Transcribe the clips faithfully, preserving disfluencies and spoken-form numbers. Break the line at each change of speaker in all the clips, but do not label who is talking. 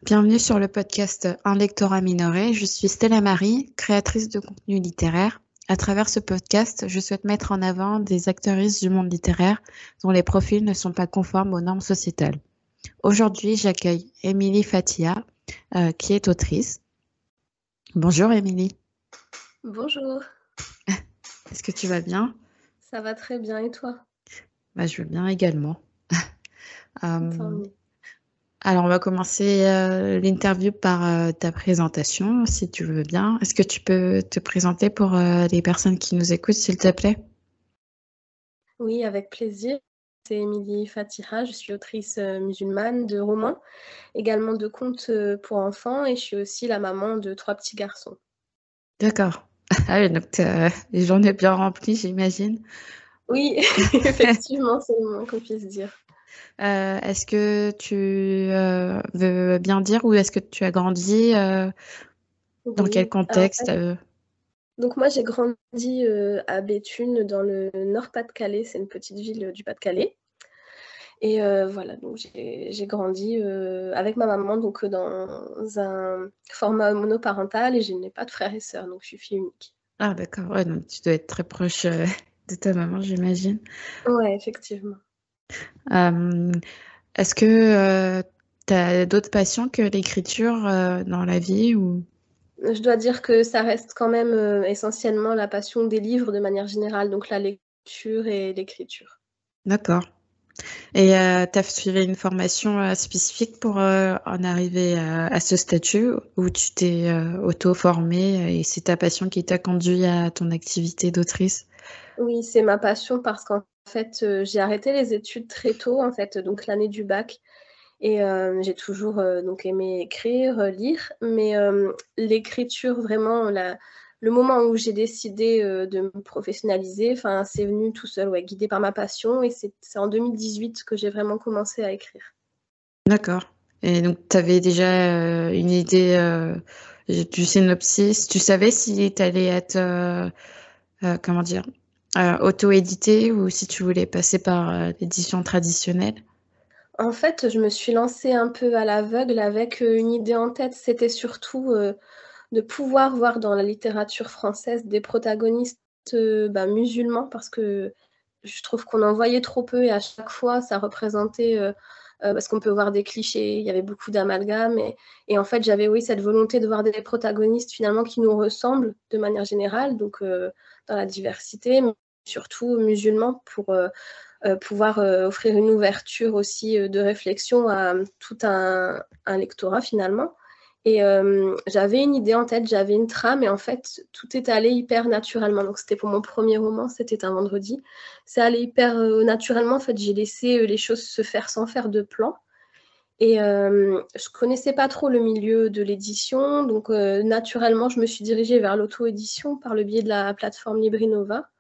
Bienvenue sur le podcast Un lectorat minoré. Je suis Stella Marie, créatrice de contenu littéraire. À travers ce podcast, je souhaite mettre en avant des actrices du monde littéraire dont les profils ne sont pas conformes aux normes sociétales. Aujourd'hui, j'accueille Émilie Fathia, euh, qui est autrice. Bonjour Émilie.
Bonjour.
Est-ce que tu vas bien?
Ça va très bien, et toi?
Bah, je vais bien également.
Tant
euh,
mieux.
alors, on va commencer euh, l'interview par euh, ta présentation, si tu veux bien. Est-ce que tu peux te présenter pour euh, les personnes qui nous écoutent, s'il te plaît?
Oui, avec plaisir. C'est Émilie Fathia, je suis autrice euh, musulmane de romans, également de contes euh, pour enfants, et je suis aussi la maman de trois petits garçons.
D'accord. Ah oui, donc euh, les journées bien remplies, j'imagine.
Oui, effectivement, c'est le moins qu'on puisse dire.
Euh, est-ce que tu euh, veux bien dire où est-ce que tu as grandi, euh, dans
Oui,
quel
alors, en
contexte?
fait,
euh
donc moi j'ai grandi euh, à Béthune, dans le Nord-Pas-de-Calais, c'est une petite ville euh, du Pas-de-Calais. Et euh, voilà, donc j'ai j'ai grandi euh, avec ma maman donc euh, dans un format monoparental et je n'ai pas de frères et sœurs, donc je suis fille unique.
Ah, d'accord. Ouais, donc tu dois être très proche euh, de ta maman, j'imagine.
Ouais, effectivement.
Euh, est-ce que tu as d'autres passions que l'écriture euh, dans la vie ou...
Je dois dire que ça reste quand même euh, essentiellement la passion des livres de manière générale, donc la lecture et l'écriture.
D'accord. Et euh, tu as suivi une formation euh, spécifique pour euh, en arriver à, à ce statut où tu t'es euh, auto-formée et c'est ta passion qui t'a conduit à ton activité d'autrice?
Oui, c'est ma passion parce qu'en fait, euh, j'ai arrêté les études très tôt, en fait, donc l'année du bac. Et euh, j'ai toujours euh, donc aimé écrire, euh, lire, mais euh, l'écriture, vraiment, la, le moment où j'ai décidé euh, de me professionnaliser, enfin, c'est venu tout seul, ouais, guidé par ma passion, et c'est c'est en deux mille dix-huit que j'ai vraiment commencé à écrire.
D'accord. Et donc, tu avais déjà euh, une idée euh, du synopsis. Tu savais si tu allais être, euh, euh, comment dire, euh, auto-édité ou si tu voulais passer par euh, l'édition traditionnelle.
En fait, je me suis lancée un peu à l'aveugle avec euh, une idée en tête, c'était surtout euh, de pouvoir voir dans la littérature française des protagonistes euh, bah, musulmans, parce que je trouve qu'on en voyait trop peu et à chaque fois, ça représentait, euh, euh, parce qu'on peut voir des clichés, il y avait beaucoup d'amalgames. Et, et en fait, j'avais, oui, cette volonté de voir des protagonistes finalement qui nous ressemblent de manière générale, donc euh, dans la diversité, mais surtout musulmans, pour euh, euh, pouvoir euh, offrir une ouverture aussi euh, de réflexion à tout un, un lectorat finalement. Et euh, j'avais une idée en tête, j'avais une trame, et en fait, tout est allé hyper naturellement. Donc, c'était pour mon premier roman, c'était un vendredi. C'est allé hyper euh, naturellement. En fait, j'ai laissé euh, les choses se faire sans faire de plan. Et euh, je connaissais pas trop le milieu de l'édition. Donc, euh, naturellement, je me suis dirigée vers l'auto-édition par le biais de la plateforme Librinova.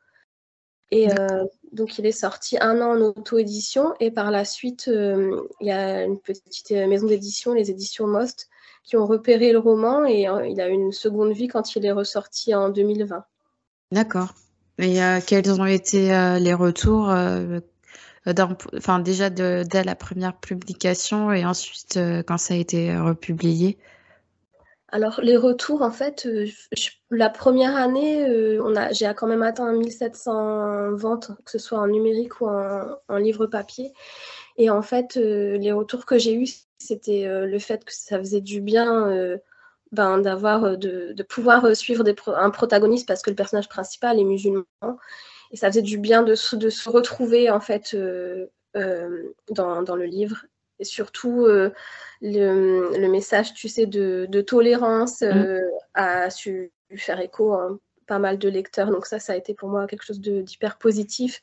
Et euh, donc, il est sorti un an en auto-édition. Et par la suite, euh, il y a une petite maison d'édition, les éditions Most, qui ont repéré le roman. Et euh, il a eu une seconde vie quand il est ressorti en deux mille vingt.
D'accord. Et euh, quels ont été euh, les retours, euh, d'un- enfin déjà de, dès la première publication et ensuite euh, quand ça a été republié?
Alors, les retours, en fait, euh, je- la première année, euh, on a, j'ai quand même atteint mille sept cents ventes, que ce soit en numérique ou en, en livre papier. Et en fait, euh, les retours que j'ai eus, c'était euh, le fait que ça faisait du bien euh, ben, d'avoir, euh, de, de pouvoir euh, suivre des pro- un protagoniste, parce que le personnage principal est musulman. Et ça faisait du bien de se, de se retrouver, en fait, euh, euh, dans, dans le livre. Et surtout, euh, le, le message, tu sais, de, de tolérance
Mm.
euh, a su faire écho à pas mal de lecteurs. Donc ça, ça a été pour moi quelque chose de- d'hyper positif.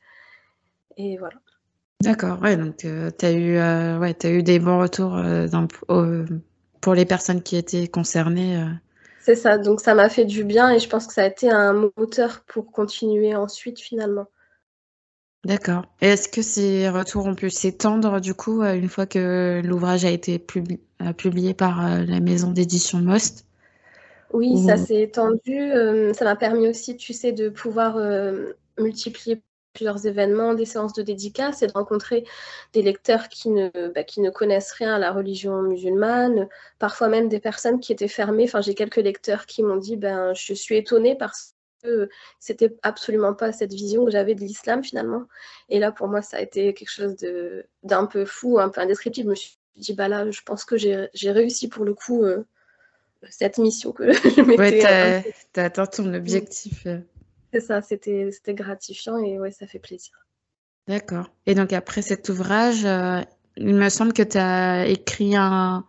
Et voilà.
D'accord, ouais, donc tu as eu, euh, ouais, t'as eu des bons retours euh, dans- au- pour les personnes qui étaient concernées. euh.
C'est ça, donc ça m'a fait du bien et je pense que ça a été un moteur pour continuer ensuite finalement.
D'accord. Et est-ce que ces retours ont pu s'étendre du coup euh, une fois que l'ouvrage a été publi- euh, publié par euh, la maison d'édition Most?
Oui, ça
Ou...
s'est étendu, euh, ça m'a permis aussi, tu sais, de pouvoir euh, multiplier plusieurs événements, des séances de dédicaces et de rencontrer des lecteurs qui ne, bah, qui ne connaissent rien à la religion musulmane, parfois même des personnes qui étaient fermées. Enfin, j'ai quelques lecteurs qui m'ont dit ben, je suis étonnée parce que c'était absolument pas cette vision que j'avais de l'islam finalement. Et là, pour moi, ça a été quelque chose de, d'un peu fou, un peu indescriptible. Je me suis dit, bah là, je pense que j'ai, j'ai réussi pour le coup euh, cette mission que je
Ouais,
m'étais.
t'as, t'as atteint ton objectif. euh.
C'est ça, c'était, c'était gratifiant et ouais, ça fait plaisir.
D'accord. Et donc après cet ouvrage, euh, il me semble que tu as écrit un,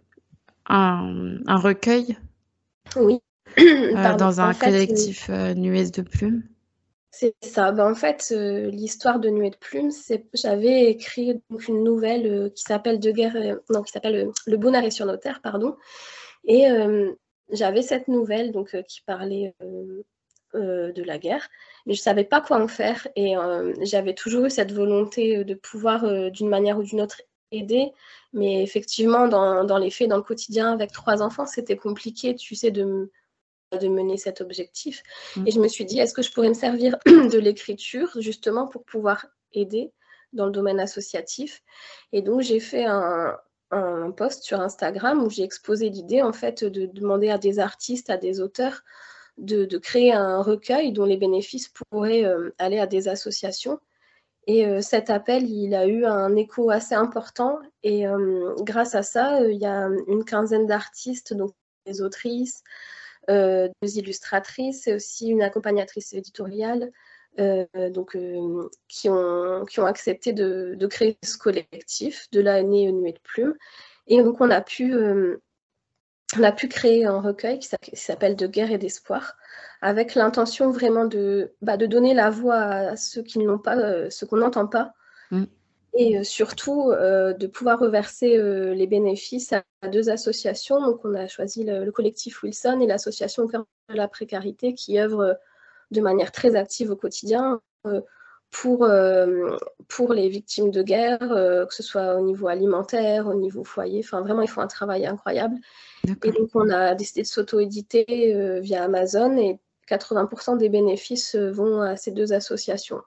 un, un recueil
Oui,
euh,
pardon.
dans
En
un
fait, euh,
collectif euh, Nuées de Plumes.
c'est ça. Ben, en fait, euh, l'histoire de Nuée de Plumes, c'est j'avais écrit donc une nouvelle euh, qui s'appelle De guerre, euh, non, qui s'appelle euh, Le beau arrêt sur nos terres, pardon. Et euh, j'avais cette nouvelle donc euh, qui parlait euh, euh, de la guerre, mais je savais pas quoi en faire. Et euh, j'avais toujours eu cette volonté de pouvoir, euh, d'une manière ou d'une autre, aider. Mais effectivement, dans, dans les faits, dans le quotidien, avec trois enfants, c'était compliqué, tu sais, de de mener cet objectif.
Mm.
Et je me suis dit, est-ce que je pourrais me servir de l'écriture justement pour pouvoir aider dans le domaine associatif? Et donc, j'ai fait un, un post sur Instagram où j'ai exposé l'idée en fait de demander à des artistes, à des auteurs de, de créer un recueil dont les bénéfices pourraient euh, aller à des associations. Et euh, cet appel, il a eu un écho assez important. Et euh, grâce à ça, euh, il y a une quinzaine d'artistes, donc des autrices, euh, deux illustratrices et aussi une accompagnatrice éditoriale, euh, donc, euh, qui, ont, qui ont accepté de, de créer ce collectif. De là est née Nuée de Plumes. Et donc, on a pu, euh, on a pu créer un recueil qui s'appelle De guerre et d'espoir, avec l'intention vraiment de, bah, de donner la voix à ceux qui ne l'ont pas, euh, ceux qu'on n'entend pas,
Mm.
et euh, surtout euh, de pouvoir reverser euh, les bénéfices à, à deux associations. Donc, on a choisi le, le collectif Wilson et l'association Au cœur de la précarité qui œuvre euh, de manière très active au quotidien euh, pour, euh, pour les victimes de guerre, euh, que ce soit au niveau alimentaire, au niveau foyer. Enfin, vraiment, ils font un travail incroyable. Et
D'accord.
donc, on a décidé de s'auto-éditer euh, via Amazon et quatre-vingts pour cent des bénéfices euh, vont à ces deux associations.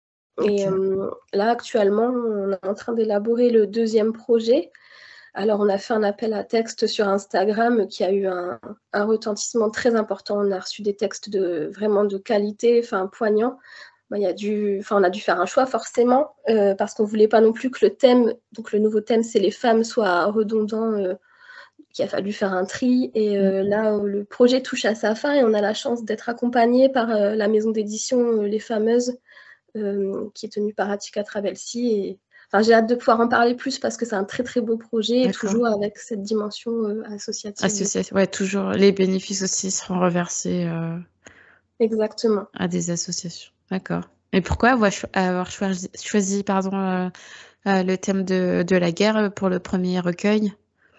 Et
Ok.
euh, là, actuellement, on est en train d'élaborer le deuxième projet. Alors, on a fait un appel à texte sur Instagram qui a eu un, un retentissement très important. On a reçu des textes de, vraiment de qualité, enfin, poignants. Ben, il y a dû, enfin, on a dû faire un choix forcément euh, parce qu'on ne voulait pas non plus que le thème, donc le nouveau thème, c'est les femmes, soit redondant. Euh, qu'il a fallu faire un tri. Et
Mm.
euh, là, le projet touche à sa fin et on a la chance d'être accompagné par euh, la maison d'édition euh, Les Fameuses, euh, qui est tenue par Attica Travelsi. Et enfin, j'ai hâte de pouvoir en parler plus parce que c'est un très très beau projet et
D'accord.
toujours avec cette dimension euh, associative.
Association. Ouais, toujours. Les bénéfices aussi seront reversés euh,
Exactement.
à des associations. D'accord. Et pourquoi avoir, cho- avoir choisi, choisi pardon, euh, euh, le thème de, de la guerre pour le premier recueil?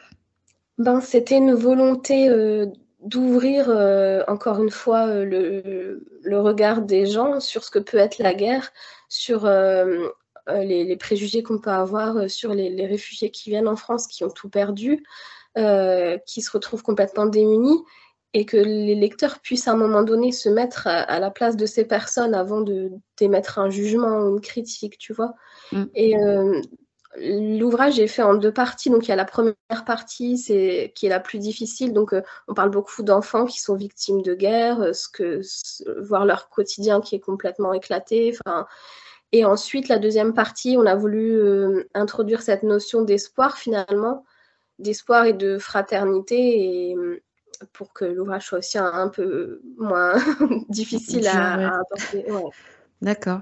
Ben, c'était une volonté euh, d'ouvrir euh, encore une fois euh, le, le regard des gens sur ce que peut être la guerre, sur euh, euh, les, les préjugés qu'on peut avoir euh, sur les, les réfugiés qui viennent en France, qui ont tout perdu, euh, qui se retrouvent complètement démunis, et que les lecteurs puissent à un moment donné se mettre à, à la place de ces personnes avant de d'émettre un jugement ou une critique, tu vois.
Mm.
Et euh, l'ouvrage est fait en deux parties. Donc, il y a la première partie, c'est qui est la plus difficile. Donc, euh, on parle beaucoup d'enfants qui sont victimes de guerre, euh, ce que, ce, voir leur quotidien qui est complètement éclaté. Enfin, et ensuite, la deuxième partie, on a voulu euh, introduire cette notion d'espoir finalement, d'espoir et de fraternité, et euh, pour que l'ouvrage soit aussi un, un peu moins difficile
Dur,
à,
ouais.
à apporter. Ouais.
D'accord.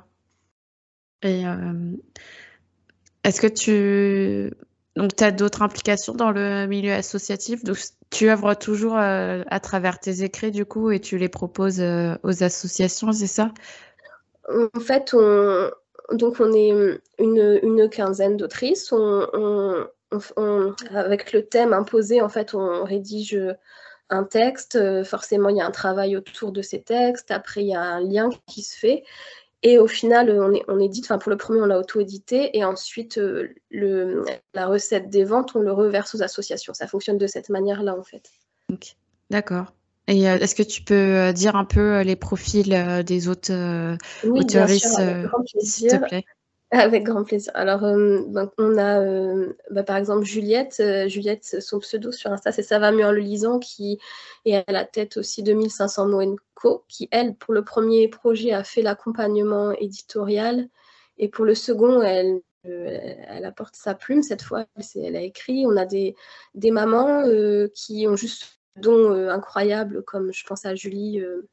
Et euh, est-ce que tu... Donc, tu as d'autres implications dans le milieu associatif? Donc, tu œuvres toujours euh, à travers tes écrits, du coup, et tu les proposes euh, aux associations, c'est ça?
En fait, on, donc on est une, une quinzaine d'autrices. On, on, on, avec le thème imposé, en fait, on rédige un texte. Forcément, il y a un travail autour de ces textes. Après, il y a un lien qui se fait. Et au final, on, est, on édite, enfin pour le premier, on l'a auto-édité. Et ensuite, le, la recette des ventes, on le reverse aux associations. Ça fonctionne de cette manière-là, en fait.
Ok. D'accord. Et euh, est-ce que tu peux euh, dire un peu euh, les profils euh, des autres euh,
Oui, bien sûr,
autoristes,
avec
euh,
grand
s'il te
plaisir.
plaît?
Avec grand plaisir. Alors, euh, donc, on a euh, bah, par exemple Juliette. Euh, Juliette, son pseudo sur Insta, c'est Ça va mieux en le lisant, qui est à la tête aussi de mille cinq cents mots and Co, qui, elle, pour le premier projet, a fait l'accompagnement éditorial. Et pour le second, elle, euh, elle apporte sa plume cette fois. Elle, elle a écrit. On a des, des mamans euh, qui ont juste des dons euh, incroyables, comme je pense à Julie. Euh,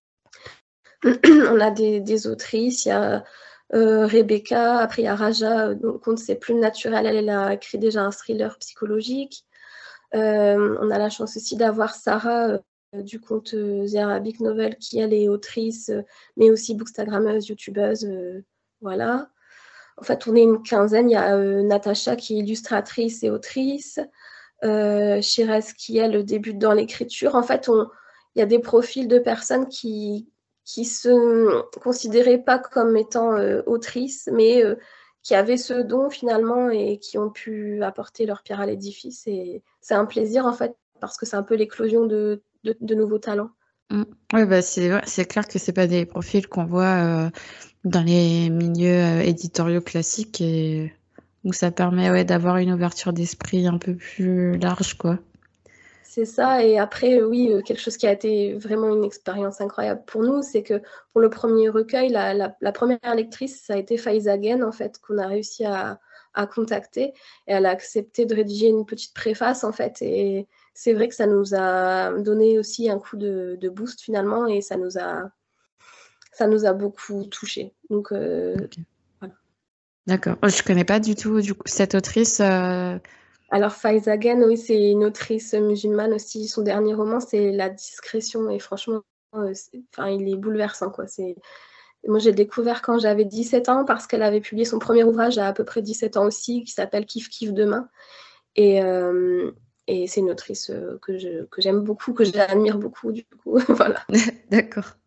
on a des, des autrices, il y a euh, Rebecca, après il y a Raja, euh, dont compte C'est Plumes Naturelles, elle, elle a écrit déjà un thriller psychologique. Euh, on a la chance aussi d'avoir Sarah euh, du compte euh, The Arabic Novel, qui elle est autrice, euh, mais aussi bookstagrammeuse, youtubeuse, euh, voilà. En fait, on est une quinzaine. Il y a euh, Natacha qui est illustratrice et autrice, euh, Shirez qui elle débute dans l'écriture. En fait, on, il y a des profils de personnes qui qui se considéraient pas comme étant euh, autrices, mais euh, qui avaient ce don finalement et qui ont pu apporter leur pierre à l'édifice. Et c'est un plaisir en fait parce que c'est un peu l'éclosion de, de, de nouveaux talents.
Mm. Ouais, bah c'est ouais, c'est clair que c'est pas des profils qu'on voit euh, dans les milieux euh, éditoriaux classiques et donc ça permet ouais d'avoir une ouverture d'esprit un peu plus large quoi.
C'est ça. Et après, euh, oui, euh, quelque chose qui a été vraiment une expérience incroyable pour nous, c'est que pour le premier recueil, la, la, la première lectrice, ça a été Faiza Gen, en fait, qu'on a réussi à, à contacter. Et elle a accepté de rédiger une petite préface, en fait. Et c'est vrai que ça nous a donné aussi un coup de, de boost, finalement, et ça nous a, ça nous a beaucoup touchés. Donc, euh,
Ok.
voilà.
D'accord. Oh, je connais pas du tout du coup cette autrice. euh,
Alors, Faiza Gen, oui, c'est une autrice musulmane aussi. Son dernier roman, c'est La Discrétion. Et franchement, euh, c'est- enfin, il est bouleversant, quoi. C'est... Moi, j'ai découvert quand j'avais dix-sept ans parce qu'elle avait publié son premier ouvrage à à peu près dix-sept ans aussi, qui s'appelle Kiff Kiff Demain. Et, euh, et c'est une autrice euh, que, je, que j'aime beaucoup, que j'admire beaucoup, du coup. Voilà.
D'accord.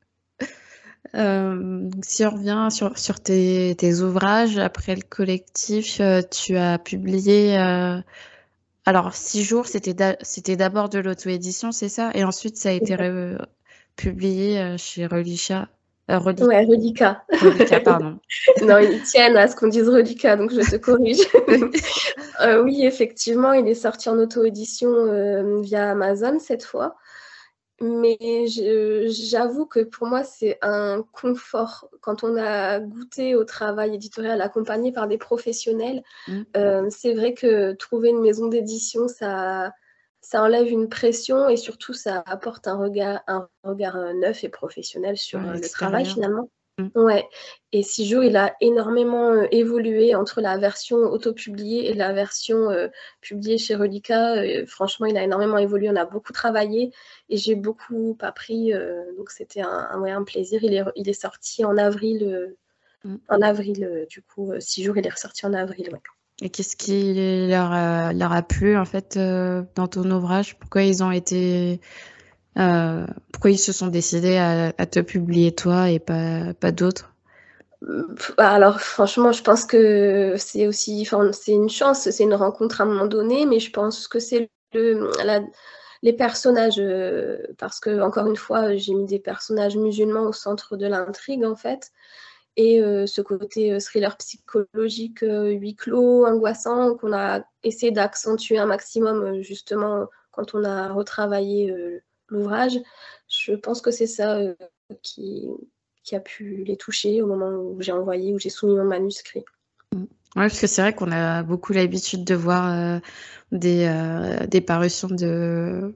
Euh, si on revient sur, sur tes, tes ouvrages, après le collectif, euh, tu as publié. euh, Alors, six jours, c'était d'a- c'était d'abord de l'auto-édition, c'est ça? Et ensuite, ça a été re- publié euh, chez Relicia. Euh, Reli-
Ouais, Relica.
Relica, pardon.
Non, ils tiennent à ce qu'on dise Relica, donc je te corrige. Euh, oui, effectivement, il est sorti en auto-édition euh, via Amazon cette fois. Mais je- j'avoue que pour moi, c'est un confort quand on a goûté au travail éditorial accompagné par des professionnels.
Mm,
Euh, c'est vrai que trouver une maison d'édition, ça, ça enlève une pression et surtout, ça apporte un regard, un regard euh, neuf et professionnel sur
ouais,
euh, le travail
extérieur.
finalement.
Mm.
Ouais. Et Sijo, il a énormément euh, évolué entre la version autopubliée et la version euh, publiée chez Relica. Euh, franchement, il a énormément évolué. On a beaucoup travaillé et j'ai beaucoup appris. Euh, donc, c'était un, un, ouais, un plaisir. Il est, il est sorti en avril. Euh,
Mm.
en avril, euh, du coup, euh, six jours, il est ressorti en avril. Ouais.
Et qu'est-ce qui leur a, leur a plu, en fait, euh, dans ton ouvrage? Pourquoi ils ont été, euh, pourquoi ils se sont décidés à, à te publier toi et pas, pas d'autres?
Alors, franchement, je pense que c'est aussi, enfin, c'est une chance, c'est une rencontre à un moment donné, mais je pense que c'est le, la, les personnages, euh, parce que, encore une fois, j'ai mis des personnages musulmans au centre de l'intrigue, en fait, et euh, ce côté euh, thriller psychologique, euh, huis clos, angoissant, qu'on a essayé d'accentuer un maximum, euh, justement, quand on a retravaillé euh, l'ouvrage. Je pense que c'est ça euh, qui, qui a pu les toucher au moment où j'ai envoyé, où j'ai soumis mon manuscrit.
Mm. Ouais, parce que c'est vrai qu'on a beaucoup l'habitude de voir euh, des, euh, des parutions de,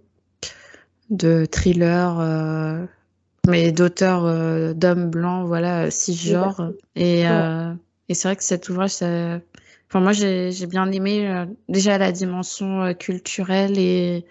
de thrillers, euh, mais d'auteurs euh, d'hommes blancs, voilà, cisgenres. Et,
Ouais.
euh, et c'est vrai que cet ouvrage, ça... enfin, moi, j'ai, j'ai bien aimé euh, déjà la dimension euh, culturelle et,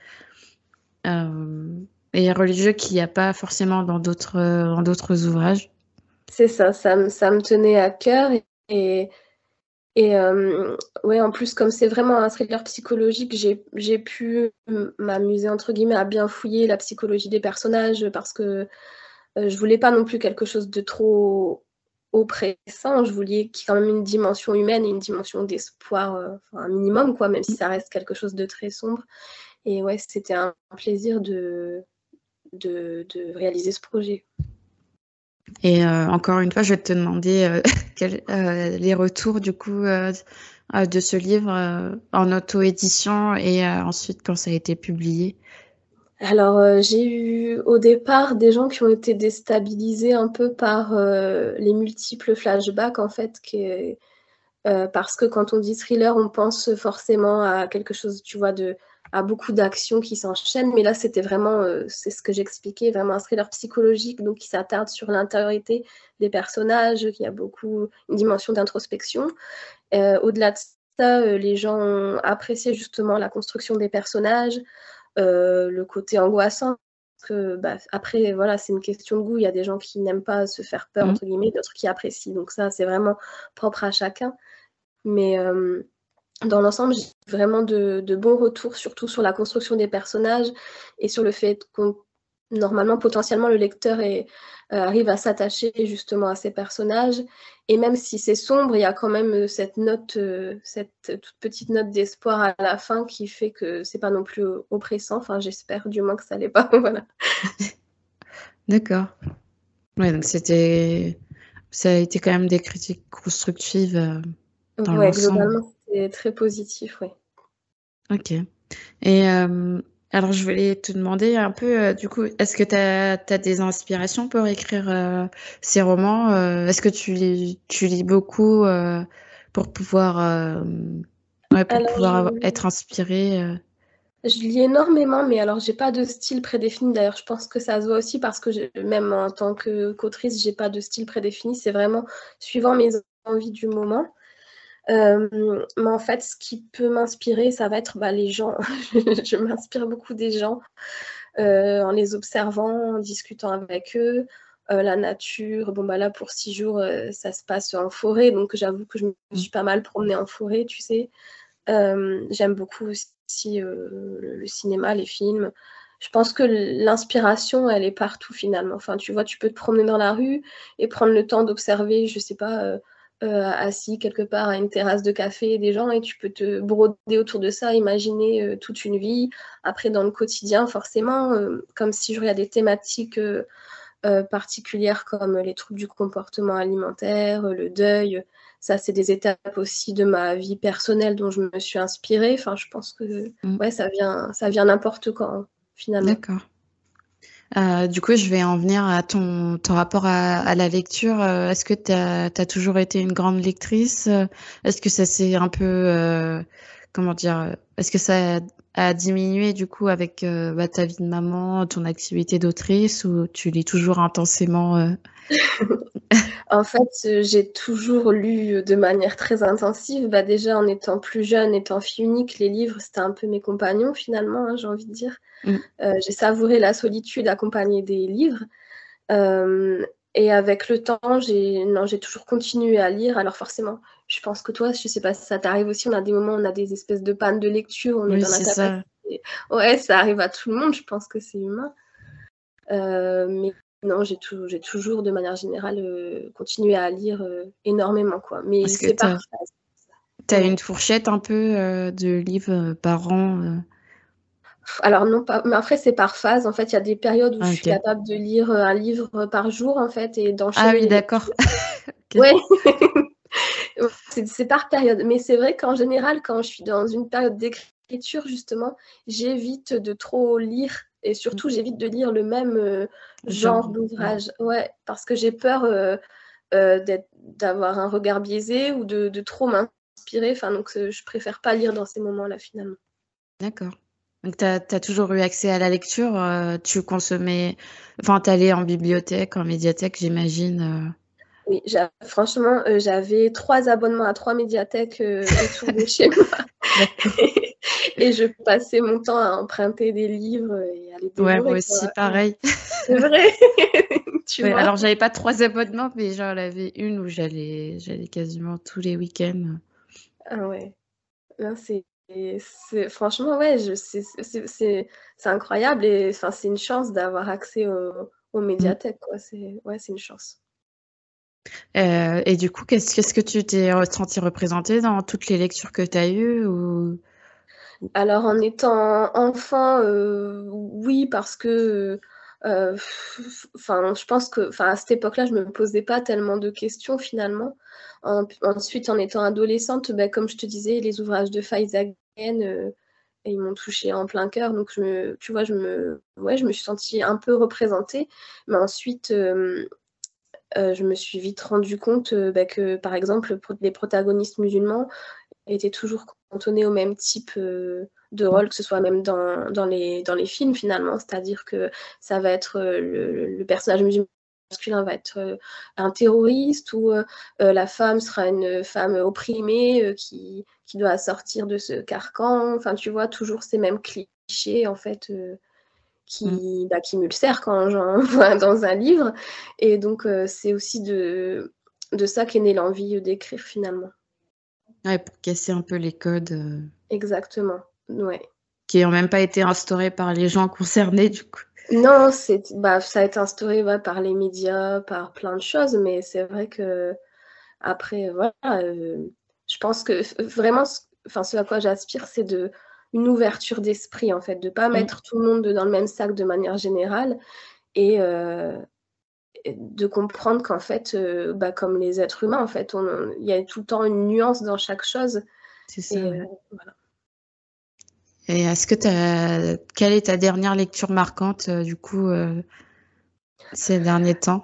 euh, et religieux qu'il n'y a pas forcément dans d'autres euh, dans d'autres ouvrages.
C'est ça, ça me, ça me tenait à cœur. Et, et, et euh, ouais, en plus, comme c'est vraiment un thriller psychologique, j'ai, j'ai pu m'amuser, entre guillemets, à bien fouiller la psychologie des personnages parce que euh, je voulais pas non plus quelque chose de trop oppressant. Je voulais qu'il y ait quand même une dimension humaine et une dimension d'espoir, euh, enfin, un minimum, quoi, même si ça reste quelque chose de très sombre. Et ouais, c'était un plaisir de de, de réaliser ce projet.
Et euh, encore une fois, je vais te demander euh, quel, euh, les retours du coup euh, euh, de ce livre euh, en auto-édition et euh, ensuite quand ça a été publié.
Alors, euh, j'ai eu au départ des gens qui ont été déstabilisés un peu par euh, les multiples flashbacks, en fait, qui est, euh, parce que quand on dit thriller, on pense forcément à quelque chose, tu vois, de, à beaucoup d'actions qui s'enchaînent. Mais là, c'était vraiment, euh, c'est ce que j'expliquais, vraiment un thriller psychologique, donc qui s'attarde sur l'intériorité des personnages, qui a beaucoup une dimension d'introspection. Euh, au-delà de ça, euh, les gens ont apprécié justement la construction des personnages. Euh, le côté angoissant, que bah, après voilà, c'est une question de goût, il y a des gens qui n'aiment pas se faire peur
Mmh.
entre guillemets, d'autres qui apprécient, donc ça c'est vraiment propre à chacun, mais euh, dans l'ensemble j'ai vraiment de, de bons retours, surtout sur la construction des personnages et sur le fait qu'on normalement potentiellement le lecteur est, euh, arrive à s'attacher justement à ces personnages, et même si c'est sombre, il y a quand même cette note, euh, cette toute petite note d'espoir à la fin qui fait que c'est pas non plus oppressant, enfin j'espère du moins que ça l'est pas. Voilà.
D'accord. Ouais, donc c'était, ça a été quand même des critiques constructives euh, dans
Ouais,
l'ensemble.
globalement c'est très positif, ouais.
Ok. Et euh, alors, je voulais te demander un peu, euh, du coup, est-ce que tu as, des inspirations pour écrire euh, ces romans? Euh, est-ce que tu lis, tu lis beaucoup euh, pour pouvoir, euh, ouais, pour
Alors
pouvoir
je
avoir- être inspiré euh,
Je lis énormément, mais alors j'ai pas de style prédéfini. D'ailleurs, je pense que ça se voit aussi parce que j'ai- même en tant que qu'autrice, j'ai pas de style prédéfini. C'est vraiment suivant mes envies du moment. Euh, mais en fait, ce qui peut m'inspirer, ça va être bah, les gens. Je m'inspire beaucoup des gens euh, en les observant, en discutant avec eux. Euh, la nature, bon bah là pour six jours, euh, ça se passe en forêt, donc j'avoue que je me
Mm.
suis pas mal promenée en forêt, tu sais. Euh, j'aime beaucoup aussi euh, le, le cinéma, les films. Je pense que l'inspiration, elle est partout finalement. Enfin, tu vois, tu peux te promener dans la rue et prendre le temps d'observer, je sais pas, euh, euh, assis quelque part à une terrasse de café des gens et tu peux te broder autour de ça, imaginer euh, toute une vie. Après, dans le quotidien, forcément, euh, comme si je regardais des thématiques euh, euh, particulières comme les troubles du comportement alimentaire, le deuil. Ça, c'est des étapes aussi de ma vie personnelle dont je me suis inspirée. Enfin, je pense que
Mm.
ouais, ça vient, ça vient n'importe quand, finalement.
D'accord. Euh, du coup, je vais en venir à ton, ton rapport à, à la lecture. Euh, Est-ce que tu as, toujours été une grande lectrice? Euh, Est-ce que ça s'est un peu, euh, comment dire, euh, est-ce que ça a, a diminué du coup avec euh, bah, ta vie de maman, ton activité d'autrice, ou tu lis toujours intensément euh
En fait, euh, j'ai toujours lu de manière très intensive. Bah, déjà, en étant plus jeune, étant fille unique, les livres, c'était un peu mes compagnons, finalement, hein, j'ai envie de dire.
Mm.
Euh, j'ai savouré la solitude accompagnée des livres. Euh, et avec le temps, j'ai non, j'ai toujours continué à lire. Alors forcément, je pense que toi, je sais pas si ça t'arrive aussi, on a des moments où on a des espèces de panne de lecture, on est
Oui,
dans
c'est ça.
l'incapacité. Ouais, ça arrive à tout le monde, je pense que c'est humain. Euh, mais non, j'ai tout, j'ai toujours, de manière générale, euh, continué à lire euh, énormément, quoi. Mais
Est-ce que
c'est
tu as,
par phase.
une
Ouais.
fourchette un peu euh, de livres par an euh
Alors non, pas, mais après c'est par phase. En fait, il y a des périodes où je
Ah,
suis
ok.
capable de lire euh, un livre par jour, en fait, et
Ah oui,
d'enchaîner les
d'accord.
lectures.
Ok.
Ouais. C'est c'est par période. Mais c'est vrai qu'en général, quand je suis dans une période d'écriture, justement, j'évite de trop lire. Et
Mm.
surtout, j'évite de lire le même euh, genre
Genre. Mm.
d'ouvrage. Ouais, parce que j'ai peur euh, euh, d'être- d'avoir un regard biaisé ou de, de trop m'inspirer. Enfin, donc, euh, je préfère pas lire dans ces moments-là, finalement.
D'accord. Donc, tu as, toujours eu accès à la lecture. Euh, tu consommais. Enfin, tu allais en bibliothèque, en médiathèque, j'imagine.
Oui, j'a- franchement, euh, j'avais trois abonnements à trois médiathèques euh, autour de chez moi.
euh. D'accord.
Et je passais mon temps à emprunter des livres et à les
Ouais, moi
dévorer,
aussi,
quoi. Ouais.
pareil.
C'est vrai, tu
Ouais,
vois.
alors, j'avais pas trois abonnements, mais j'en avais une où j'allais, j'allais quasiment tous les week-ends.
Ah ouais. Non, c'est, c'est franchement, ouais, je, c'est, c'est, c'est, c'est incroyable et enfin, c'est une chance d'avoir accès aux, aux
Mm.
médiathèques, quoi. C'est, ouais, c'est une chance.
Euh, et du coup, qu'est-ce, qu'est-ce que tu t'es senti représentée dans toutes les lectures que tu as eues ou...
Alors, en étant enfant, euh, oui, parce que Heu, enfin, je pense que enfin, à cette époque-là, je me posais pas tellement de questions finalement. En ensuite, en étant adolescente, bah, comme je te disais, les ouvrages de Faizagen, heu, ils m'ont touchée en plein cœur, donc je me tu vois, je me ouais, je me suis sentie un peu représentée. Mais ensuite, hem, heu, je me suis vite rendu compte, heu, bah, que, par exemple, pro les protagonistes musulmans étaient toujours cantonnés au même type, heu, de
Mmh.
rôle, que ce soit même dans dans les dans les films finalement. C'est-à-dire que ça va être, heu, le le personnage musulman masculin va être, heu, un terroriste ou, heu heu, la femme sera une femme opprimée, heu, qui qui doit sortir de ce carcan. Enfin, tu vois, toujours ces mêmes clichés en fait, heu,
Mmh.
qui, bah, qui m'ulcèrent quand j'en vois dans un livre et donc heu, c'est aussi de de ça qu'est née l'envie, heu, d'écrire finalement.
Ouais, pour casser un peu les codes, heu,
Exactement, ouais.
qui ont même pas été instaurés par les gens concernés du coup.
Non, c'est bah, ça a été instauré, ouais, par les médias, par plein de choses, mais c'est vrai qu'après, voilà, heu, je pense que f vraiment ce enfin, ce à quoi j'aspire, c'est de une ouverture d'esprit, en fait, de pas
Mmh.
mettre tout le monde dans le même sac de manière générale et heu et de comprendre qu'en fait, heu, bah, comme les êtres humains, en fait, on il y a tout le temps une nuance dans chaque chose
C'est ça,
et
ouais.
heu, voilà.
Et est-ce que tu as quelle est ta dernière lecture marquante, heu, du coup, heu, ces derniers temps?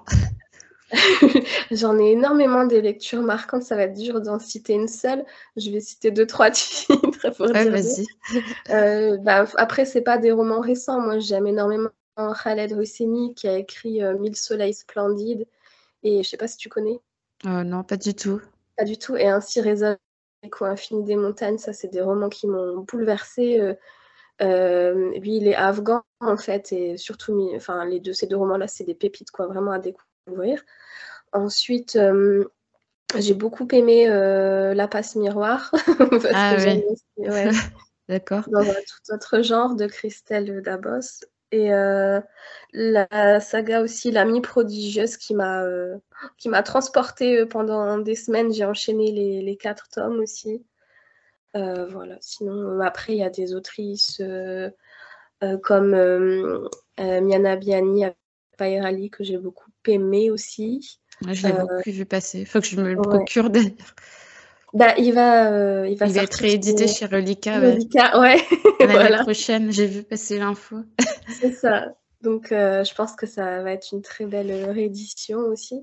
J'en ai énormément des lectures marquantes, ça va être dur d'en citer une seule. Je vais citer deux trois titres pour
Ouais,
dire deux.
vas-y.
Heu, bah, f après c'est pas des romans récents. Moi, j'aime énormément Khaled Hosseini qui a écrit, heu, Mille soleils splendides et je sais pas si tu connais?
Heu, non, pas du tout.
Pas du tout et Ainsi résonne l'écho infini des montagnes. Ça, c'est des romans qui m'ont bouleversée, heu, hem, lui, il est afghan, en fait et surtout mi enfin les deux ces deux romans-là, c'est des pépites, quoi, vraiment à découvrir. Ensuite, hem, j'ai beaucoup aimé, heu, La Passe Miroir parce
Ah
que j'aime
ouais,
aussi ouais,
d'accord.
dans un tout autre genre de Christelle Dabos et heu, la saga aussi L'Amie prodigieuse qui m'a, heu, qui m'a transportée, heu, pendant des semaines. J'ai enchaîné les les quatre tomes aussi. Heu, voilà, sinon, après il y a des autrices, heu heu, comme, hem, heu, Miana Biani Bairali que j'ai beaucoup aimé aussi.
Ouais, je l'ai
Heu,
beaucoup vu passer. Faut que je me le
ouais.
procure d'ailleurs.
Bah, il va, heu, il va
Il va être
sortir chez
réédité chez Relica, ouais,
Relica, ouais,
l'année
voilà,
prochaine. J'ai vu passer l'info.
c'est ça. Donc heu, je pense que ça va être une très belle, heu, réédition aussi.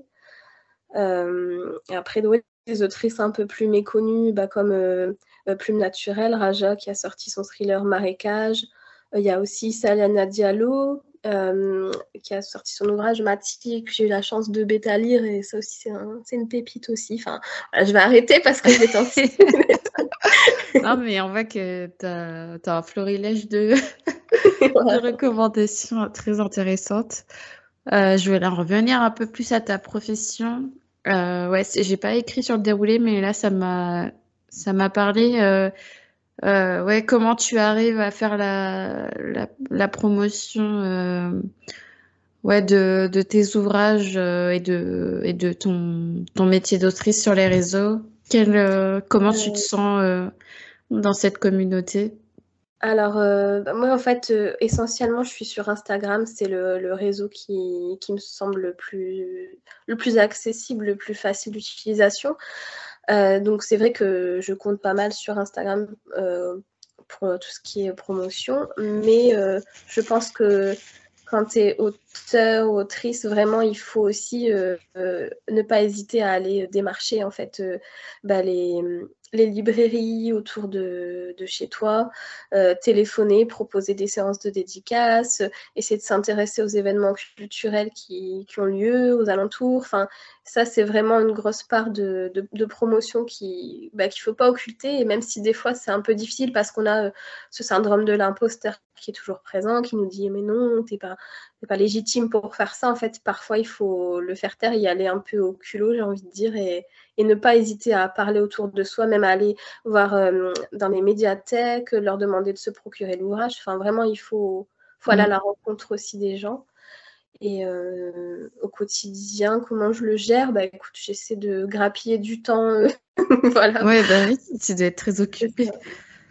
Hem et après, ouais, des autrices un peu plus méconnues, bah, comme, heu heu, Plume Naturelle, Raja qui a sorti son thriller Marécage. Heu, il y a aussi Salana Diallo, hem, qui a sorti son ouvrage Mathilde, que j'ai eu la chance de bêta lire et ça aussi c'est un c'est une pépite aussi. Enfin, voilà, je vais arrêter parce que je vais t'en citer des
Non, mais on voit que tu as tu as un florilège de de
voilà.
recommandations très intéressantes. Heu, je voulais en revenir un peu plus à ta profession. Heu, ouais, c'est j'ai pas écrit sur le déroulé, mais là, ça m'a ça m'a parlé, heu heu, ouais, comment tu arrives à faire la la la promotion, hem, ouais, de de tes ouvrages, heu et de et de ton ton métier d'autrice sur les réseaux. Quel, heu, comment tu te
Heu,
sens, heu, dans cette communauté?
alors, heu, bah, moi en fait, heu, essentiellement je suis sur Instagram, c'est le le réseau qui qui me semble le plus le plus accessible, le plus facile d'utilisation. Heu, donc c'est vrai que je compte pas mal sur Instagram, heu, pour, heu, tout ce qui est promotion, mais heu, je pense que quand tu es auteur ou autrice, vraiment il faut aussi, heu heu, ne pas hésiter à aller démarcher en fait, heu, bah, les, mmh, les librairies autour de de chez toi, heu, téléphoner, proposer des séances de dédicaces, heu, essayer de s'intéresser aux événements culturels qui qui ont lieu aux alentours. Enfin, ça, c'est vraiment une grosse part de de de promotion qui bah, qu'il faut pas occulter et même si des fois c'est un peu difficile parce qu'on a, heu, ce syndrome de l'imposteur qui est toujours présent, qui nous dit: «Mais non, tu es pas tu es pas légitime pour faire ça». En fait, parfois, il faut le faire taire, y aller un peu au culot, j'ai envie de dire et et ne pas hésiter à parler autour de soi, même à aller voir, hem, dans les médiathèques, leur demander de se procurer l'ouvrage. Enfin, vraiment, il faut faut aller à
Mmh.
la rencontre aussi des gens. Et heu, au quotidien, comment je le gère? Bah, écoute, j'essaie de grappiller du temps, heu, voilà,
Ouais, bah, oui, tu dois être très
c'est
occupée.
ça.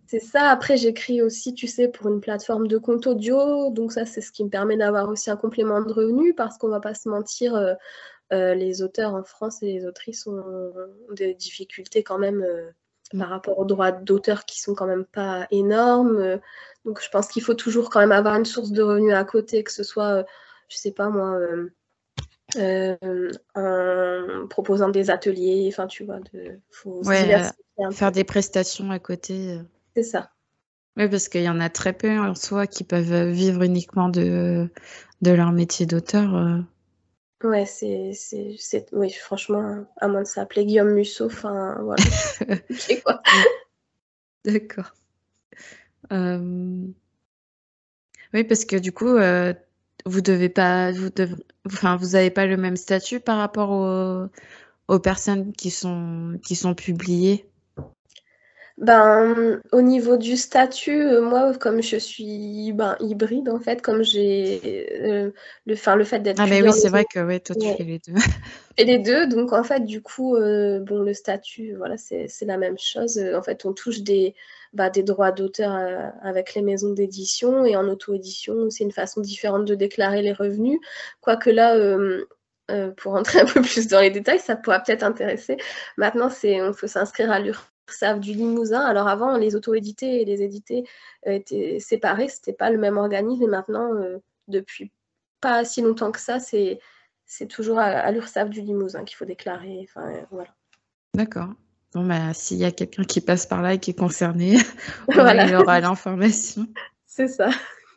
C'est ça. Après, j'écris aussi, tu sais, pour une plateforme de compte audio. Donc ça, c'est ce qui me permet d'avoir aussi un complément de revenu parce qu'on va pas se mentir, euh, euh, les auteurs en France et les autrices ont des difficultés quand même euh,
Mm.
par rapport aux droits d'auteur qui sont quand même pas énormes. Euh, donc je pense qu'il faut toujours quand même avoir une source de revenus à côté, que ce soit, euh, je sais pas moi, euh, euh, en proposant des ateliers. Enfin, tu vois, de, faut se
Ouais, euh,
diversifier un
faire
peu.
des prestations à côté. euh.
C'est ça.
Oui, parce qu'il y en a très peu en soi qui peuvent vivre uniquement de, de leur métier d'auteur. euh.
Ouais, c'est, c'est, c'est, oui, franchement, à moins de s'appeler Guillaume Musso, enfin, voilà, c'est compliqué, quoi.
Mm. D'accord. Euh, Oui, parce que du coup, euh, vous devez pas, vous devez, enfin, vous avez pas le même statut par rapport aux, aux personnes qui sont, qui sont publiées.
Ben, au niveau du statut, euh, moi, comme je suis ben, hybride, en fait, comme j'ai euh, le, enfin, le fait d'être
Ah, mais
publiée
oui,
en
c'est
maison,
vrai que ouais, toi, tu
ouais,
fais les deux.
et les deux, donc en fait, du coup, euh, bon, le statut, voilà, c'est, c'est la même chose. Euh, En fait, on touche des, bah, des droits d'auteur euh, avec les maisons d'édition et en auto-édition, c'est une façon différente de déclarer les revenus. Quoique là, euh, euh, pour rentrer un peu plus dans les détails, ça pourra peut-être intéresser. Maintenant, c'est, on faut s'inscrire à l'URSSAF du Limousin. Alors avant, les auto-édités et les édités euh, étaient séparés, c'était pas le même organisme. Et maintenant, euh, depuis pas si longtemps que ça, c'est c'est toujours à, à l'URSSAF du Limousin qu'il faut déclarer. Enfin, euh, voilà.
D'accord. Bon, bah, s'il y a quelqu'un qui passe par là et qui est concerné, au moins
Voilà,
il aura l'information.
c'est ça.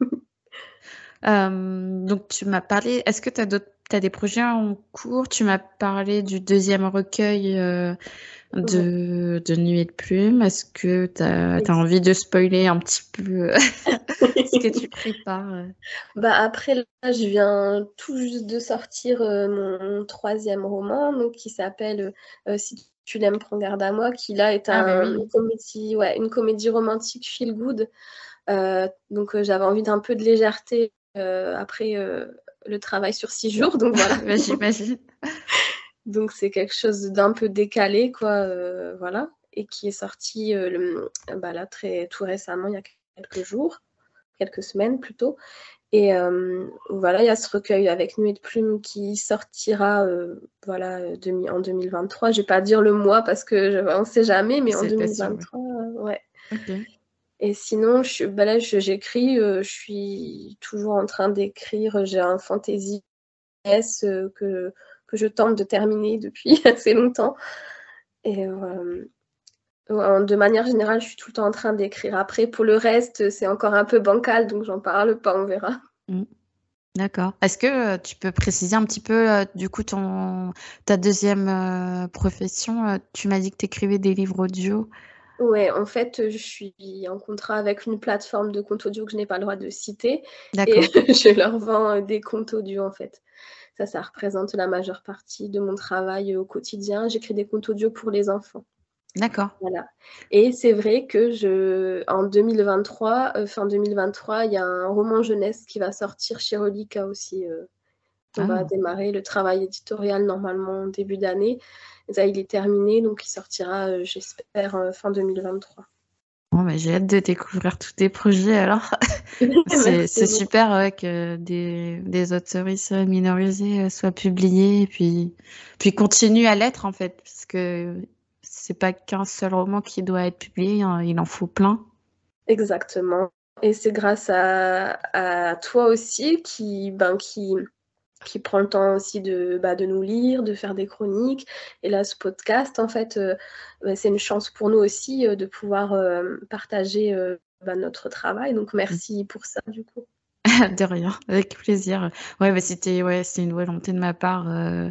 Euh, donc, tu m'as parlé, est-ce que tu as d'autres, t'as des projets en cours? Tu m'as parlé du deuxième recueil euh,
Ouais.
de, de Nuit de Plume. Est-ce que tu as,
Oui.
envie de spoiler un petit peu ce que tu prépares? euh
Bah après, là, je viens tout juste de sortir euh, mon troisième roman, donc, qui s'appelle euh, Si tu l'aimes, prends garde à moi, qui là est
Ah, mais
un,
oui,
une, comédie, ouais, une comédie romantique feel good. Euh, donc euh, j'avais envie d'un peu de légèreté euh, après euh, le travail sur six jours, donc voilà.
bah, j'imagine.
Donc c'est quelque chose d'un peu décalé, quoi, euh, voilà, et qui est sorti euh, le, bah, là, très, tout récemment, il y a quelques jours, quelques semaines plutôt. Et euh, voilà, il y a ce recueil avec Nuit de Plume qui sortira euh, voilà, euh, demi, en deux mille vingt-trois. Je vais pas dire le mois parce que je, on ne sait jamais, mais en
C'est pas sûr, oui.
deux mille vingt-trois, euh, ouais.
Ok.
Et sinon, je, bah là, je- j'écris, euh, je suis toujours en train d'écrire. J'ai un fantasy S euh, que, que je tente de terminer depuis assez longtemps. Et euh, ouais, de manière générale, je suis tout le temps en train d'écrire. Après, pour le reste, c'est encore un peu bancal, donc j'en parle pas, on verra.
Mm. D'accord. Est-ce que euh, tu peux préciser un petit peu, euh, du coup, ton, ta deuxième euh, profession? euh, Tu m'as dit que tu écrivais des livres audio.
Ouais, en fait, je suis en contrat avec une plateforme de comptes audio que je n'ai pas le droit de citer et
D'accord.
je leur vends des comptes audio, en fait. Ça, ça représente la majeure partie de mon travail au quotidien. J'écris des comptes audio pour les enfants.
D'accord.
Voilà. Et c'est vrai que je, en deux mille vingt-trois, euh, fin deux mille vingt-trois, il y a un roman jeunesse qui va sortir chez Relica aussi. euh, On va
Ah.
démarrer le travail éditorial normalement en début d'année. Ça, il est terminé, donc il sortira, euh, j'espère, euh, fin deux mille vingt-trois.
Bon, bah, j'ai hâte de découvrir tous tes projets alors. C'est,
Merci
c'est
beaucoup.
super ouais, que des, des auteuristes minorisés euh, soient publiés et puis, puis continuent à l'être en fait, parce que c'est pas qu'un seul roman qui doit être publié, hein, il en faut plein.
Exactement. Et c'est grâce à, à toi aussi qui, ben, qui, qui prend le temps aussi de, bah, de nous lire, de faire des chroniques. Et là, ce podcast, en fait, euh, bah, c'est une chance pour nous aussi euh, de pouvoir euh, partager euh, bah, notre travail. Donc, merci pour ça, du coup.
De rien, avec plaisir. Ouais, bah, c'était ouais, c'est une volonté de ma part euh,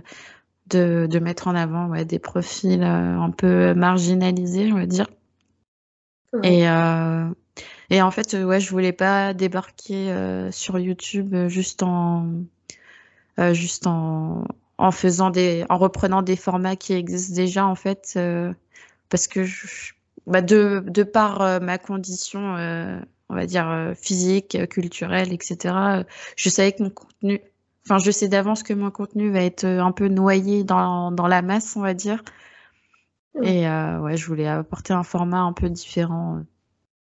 de, de mettre en avant ouais, des profils euh, un peu marginalisés, on va dire.
Ouais.
Et, euh, et en fait, euh, ouais, je voulais pas débarquer euh, sur YouTube euh, juste en euh, juste en, en faisant des en reprenant des formats qui existent déjà en fait euh, parce que je, bah, de de par euh, ma condition euh, on va dire euh, physique, euh, culturelle, et cetera euh, Je savais que mon contenu enfin je sais d'avance que mon contenu va être euh, un peu noyé dans dans la masse, on va dire.
Ouais.
Et euh, ouais, je voulais apporter un format un peu différent.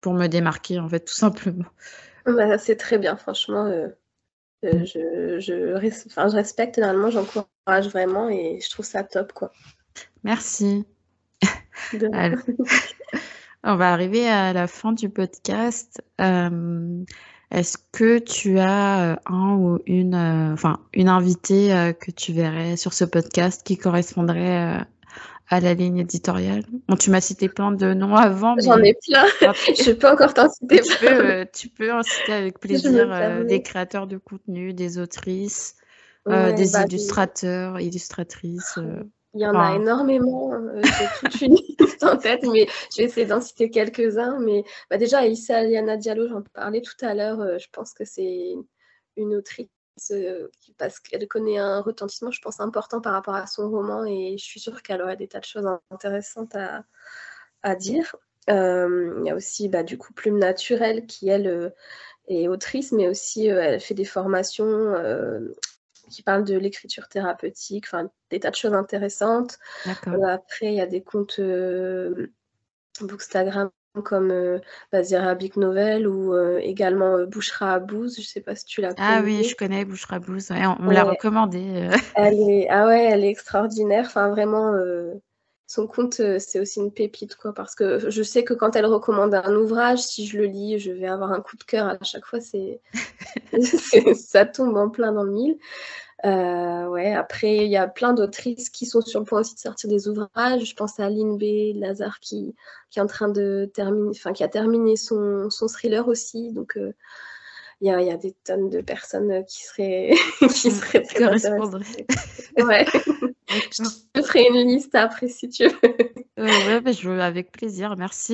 pour me démarquer, en fait, tout simplement.
Bah, c'est très bien, franchement, heu heu, je je res enfin, je respecte énormément, j'encourage vraiment et je trouve ça top, quoi.
Merci.
De
Al On va arriver à la fin du podcast. Hem, est-ce que tu as, heu, un ou une, heu, enfin, une invitée, heu, que tu verrais sur ce podcast qui correspondrait, heu, à la ligne éditoriale? Bon, tu m'as cité plein de noms avant,
J'en
mais
ai plein,
après
je peux encore t'en
mais
citer
tu
plein.
peux, heu, tu peux en citer avec
Si je me
plaisir, heu, des
permets.
créateurs de contenu, des autrices, heu,
Ouais,
des
bah, des
illustrateurs, illustratrices, heu,
il y en a
enfin
énormément, heu, j'ai toute une liste en tête, mais je vais essayer d'en citer quelques-uns. Mais bah, déjà, Issa Aliana Diallo, j'en parlais tout à l'heure, heu, je pense que c'est une autrice, heu, qui parce qu'elle connaît un retentissement, je pense, important par rapport à son roman et je suis sûre qu'elle aurait des tas de choses intéressantes à à dire. Hem, il y a aussi, bah, du coup, Plume Naturelle qui, elle, heu, est autrice, mais aussi, heu, elle fait des formations, heu, qui parlent de l'écriture thérapeutique, enfin, des tas de choses intéressantes.
d'accord.
Heu, après, il y a des comptes, heu, Bookstagram comme, heu, bah, The Arabic Novel ou heu, également, heu, Bouchra Habbouz, je sais pas si tu la
Ah oui,
connais?
je connais Bouchra Habbouz, ouais, on me l'a
Ouais,
recommandé, heu.
elle est ah ouais, elle est extraordinaire, enfin vraiment, heu, son compte, heu, c'est aussi une pépite, quoi, parce que je sais que quand elle recommande un ouvrage, si je le lis, je vais avoir un coup de cœur à chaque fois, c'est c'est ça tombe en plein dans le mille. Heu, ouais, après, il y a plein d'autrices qui sont sur le point aussi de sortir des ouvrages. Je pense à Lynn B. Lazare qui qui est en train de terminer enfin, qui a terminé son son thriller aussi. Donc, heu, il y a il y a des tonnes de personnes, heu, qui seraient qui
Mmh,
seraient
qui
très intéressées.
correspondrait.
Ouais. Je
D'accord.
te ferai une liste après si tu veux.
Heu, ouais, bah, je veux avec plaisir, merci.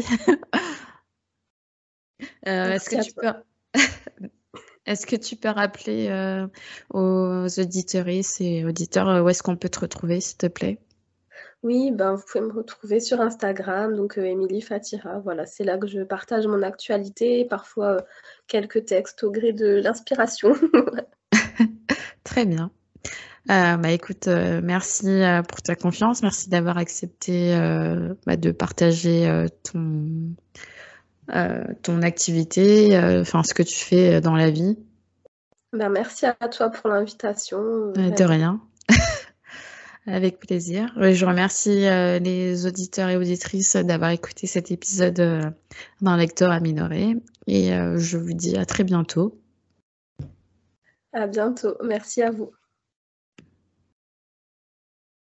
Heu, est-ce que
Merci à
tu
toi.
peux est-ce que tu peux rappeler, heu, aux auditrices et auditeurs, heu, où est-ce qu'on peut te retrouver, s'il te plaît?
Oui, ben, vous pouvez me retrouver sur Instagram, donc heu, Émilie Fatira. Voilà, c'est là que je partage mon actualité et parfois, heu, quelques textes au gré de l'inspiration.
Très bien. Heu, bah, écoute, heu, merci, heu, pour ta confiance. Merci d'avoir accepté, heu, bah, de partager, heu, ton, heu, ton activité, heu, enfin ce que tu fais, heu, dans la vie.
Ben, merci à toi pour l'invitation, heu,
Heu, de
vraiment.
rien. Avec plaisir. Oui, je remercie, heu, les auditeurs et auditrices d'avoir écouté cet épisode, heu, d'un lecteur à minorer et heu, je vous dis à très bientôt.
À bientôt. Merci à vous.